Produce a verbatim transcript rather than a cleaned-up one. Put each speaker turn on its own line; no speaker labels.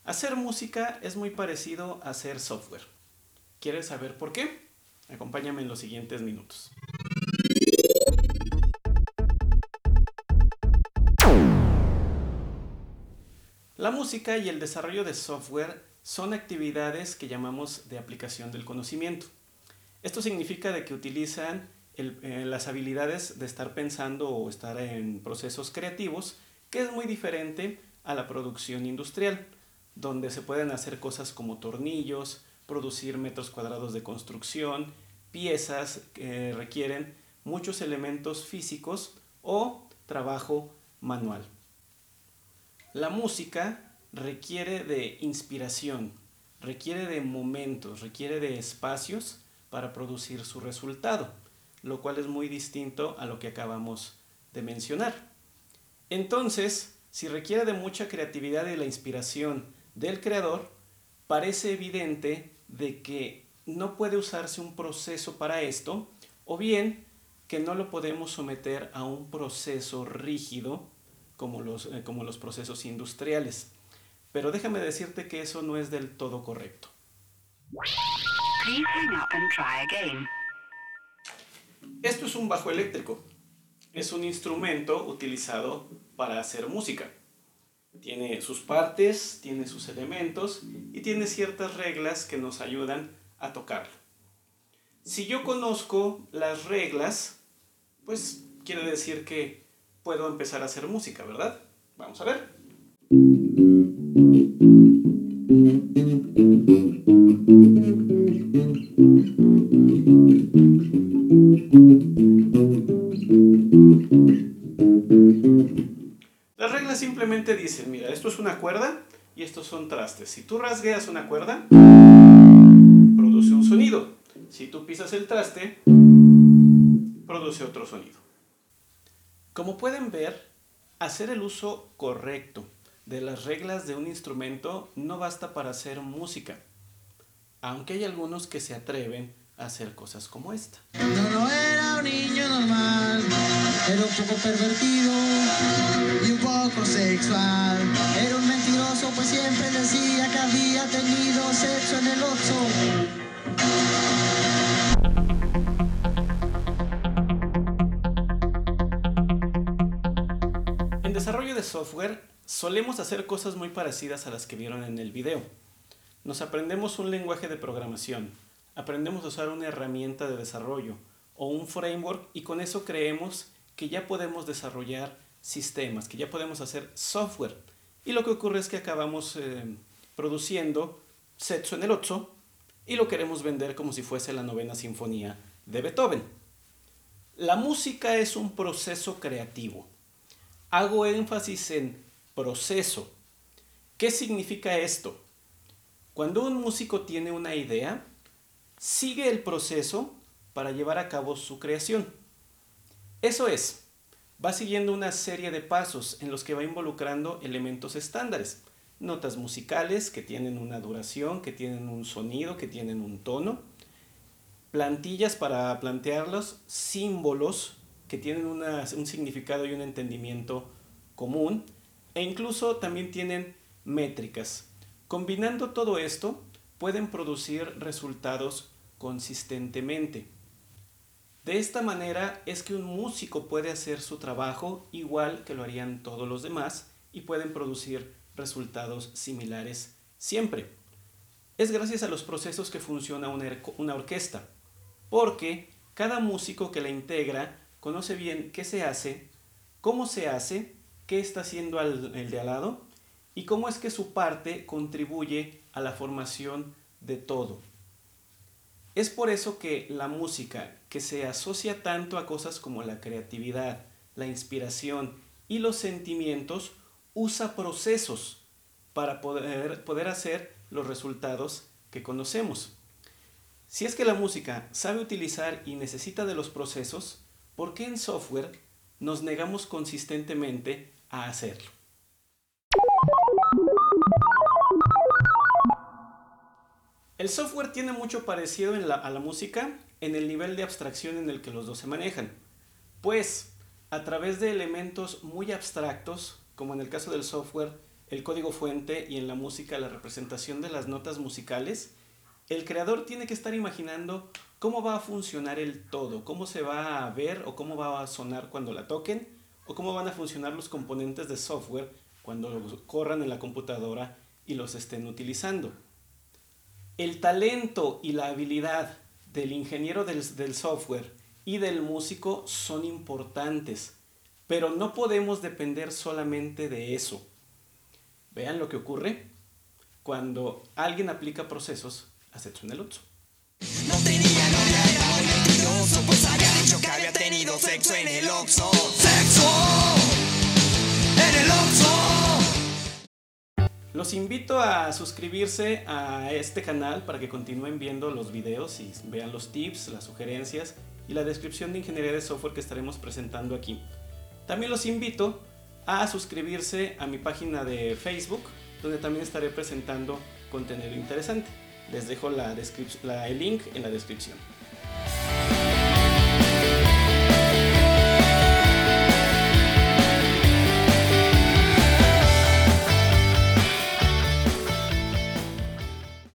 Hacer música es muy parecido a hacer software. ¿Quieres saber por qué? Acompáñame en los siguientes minutos. La música y el desarrollo de software son actividades que llamamos de aplicación del conocimiento. Esto significa de que utilizan el, eh, las habilidades de estar pensando o estar en procesos creativos, que es muy diferente a la producción industrial, donde se pueden hacer cosas como tornillos, producir metros cuadrados de construcción, piezas que requieren muchos elementos físicos o trabajo manual. La música requiere de inspiración, requiere de momentos, requiere de espacios para producir su resultado, lo cual es muy distinto a lo que acabamos de mencionar. Entonces, si requiere de mucha creatividad y la inspiración del creador, parece evidente de que no puede usarse un proceso para esto, o bien que no lo podemos someter a un proceso rígido como los, eh, como los procesos industriales. Pero déjame decirte que eso no es del todo correcto.
Please hang up and try again.
Esto es un bajo eléctrico. Es un instrumento utilizado para hacer música. Tiene sus partes, tiene sus elementos y tiene ciertas reglas que nos ayudan a tocarlo. Si yo conozco las reglas, pues quiere decir que puedo empezar a hacer música, ¿verdad? Vamos a ver. Las reglas simplemente dicen, mira, esto es una cuerda y estos son trastes. Si tú rasgueas una cuerda, produce un sonido. Si tú pisas el traste, produce otro sonido. Como pueden ver, hacer el uso correcto de las reglas de un instrumento no basta para hacer música, aunque hay algunos que se atreven a hacer cosas como esta.
No, no era un niño normal, era un poco pervertido y un poco sexual. Era un mentiroso, pues siempre decía que había tenido sexo en el ocho.
En desarrollo de software, solemos hacer cosas muy parecidas a las que vieron en el video. Nos aprendemos un lenguaje de programación, aprendemos a usar una herramienta de desarrollo o un framework y con eso creemos que ya podemos desarrollar sistemas, que ya podemos hacer software. Y lo que ocurre es que acabamos eh, produciendo sexo en el ocho y lo queremos vender como si fuese la novena sinfonía de Beethoven. La música es un proceso creativo. Hago énfasis en proceso. ¿Qué significa esto? Cuando un músico tiene una idea, sigue el proceso para llevar a cabo su creación. Eso es, va siguiendo una serie de pasos en los que va involucrando elementos estándares, notas musicales que tienen una duración, que tienen un sonido, que tienen un tono, plantillas para plantearlos, símbolos que tienen una, un significado y un entendimiento común, e incluso también tienen métricas. Combinando todo esto, pueden producir resultados consistentemente. De esta manera es que un músico puede hacer su trabajo igual que lo harían todos los demás y pueden producir resultados similares siempre. Es gracias a los procesos que funciona una, una orquesta, porque cada músico que la integra conoce bien qué se hace, cómo se hace, qué está haciendo el de al lado y cómo es que su parte contribuye a la formación de todo. Es por eso que la música, que se asocia tanto a cosas como la creatividad, la inspiración y los sentimientos, usa procesos para poder, poder hacer los resultados que conocemos. Si es que la música sabe utilizar y necesita de los procesos, ¿por qué en software nos negamos consistentemente a hacerlo? El software tiene mucho parecido en la, a la música en el nivel de abstracción en el que los dos se manejan, pues a través de elementos muy abstractos, como en el caso del software, el código fuente y en la música la representación de las notas musicales, el creador tiene que estar imaginando cómo va a funcionar el todo, cómo se va a ver o cómo va a sonar cuando la toquen, o cómo van a funcionar los componentes de software cuando los corran en la computadora y los estén utilizando. El talento y la habilidad del ingeniero del, del software y del músico son importantes, pero no podemos depender solamente de eso. Vean lo que ocurre cuando alguien aplica procesos a sexo en el Oxxo.
No tenía novia, era muy mentiroso, pues había dicho que había tenido sexo en el Oxxo. ¡Sexo! ¡En el Oxxo!
Los invito a suscribirse a este canal para que continúen viendo los videos y vean los tips, las sugerencias y la descripción de ingeniería de software que estaremos presentando aquí. También los invito a suscribirse a mi página de Facebook, donde también estaré presentando contenido interesante. Les dejo la la, el link en la descripción.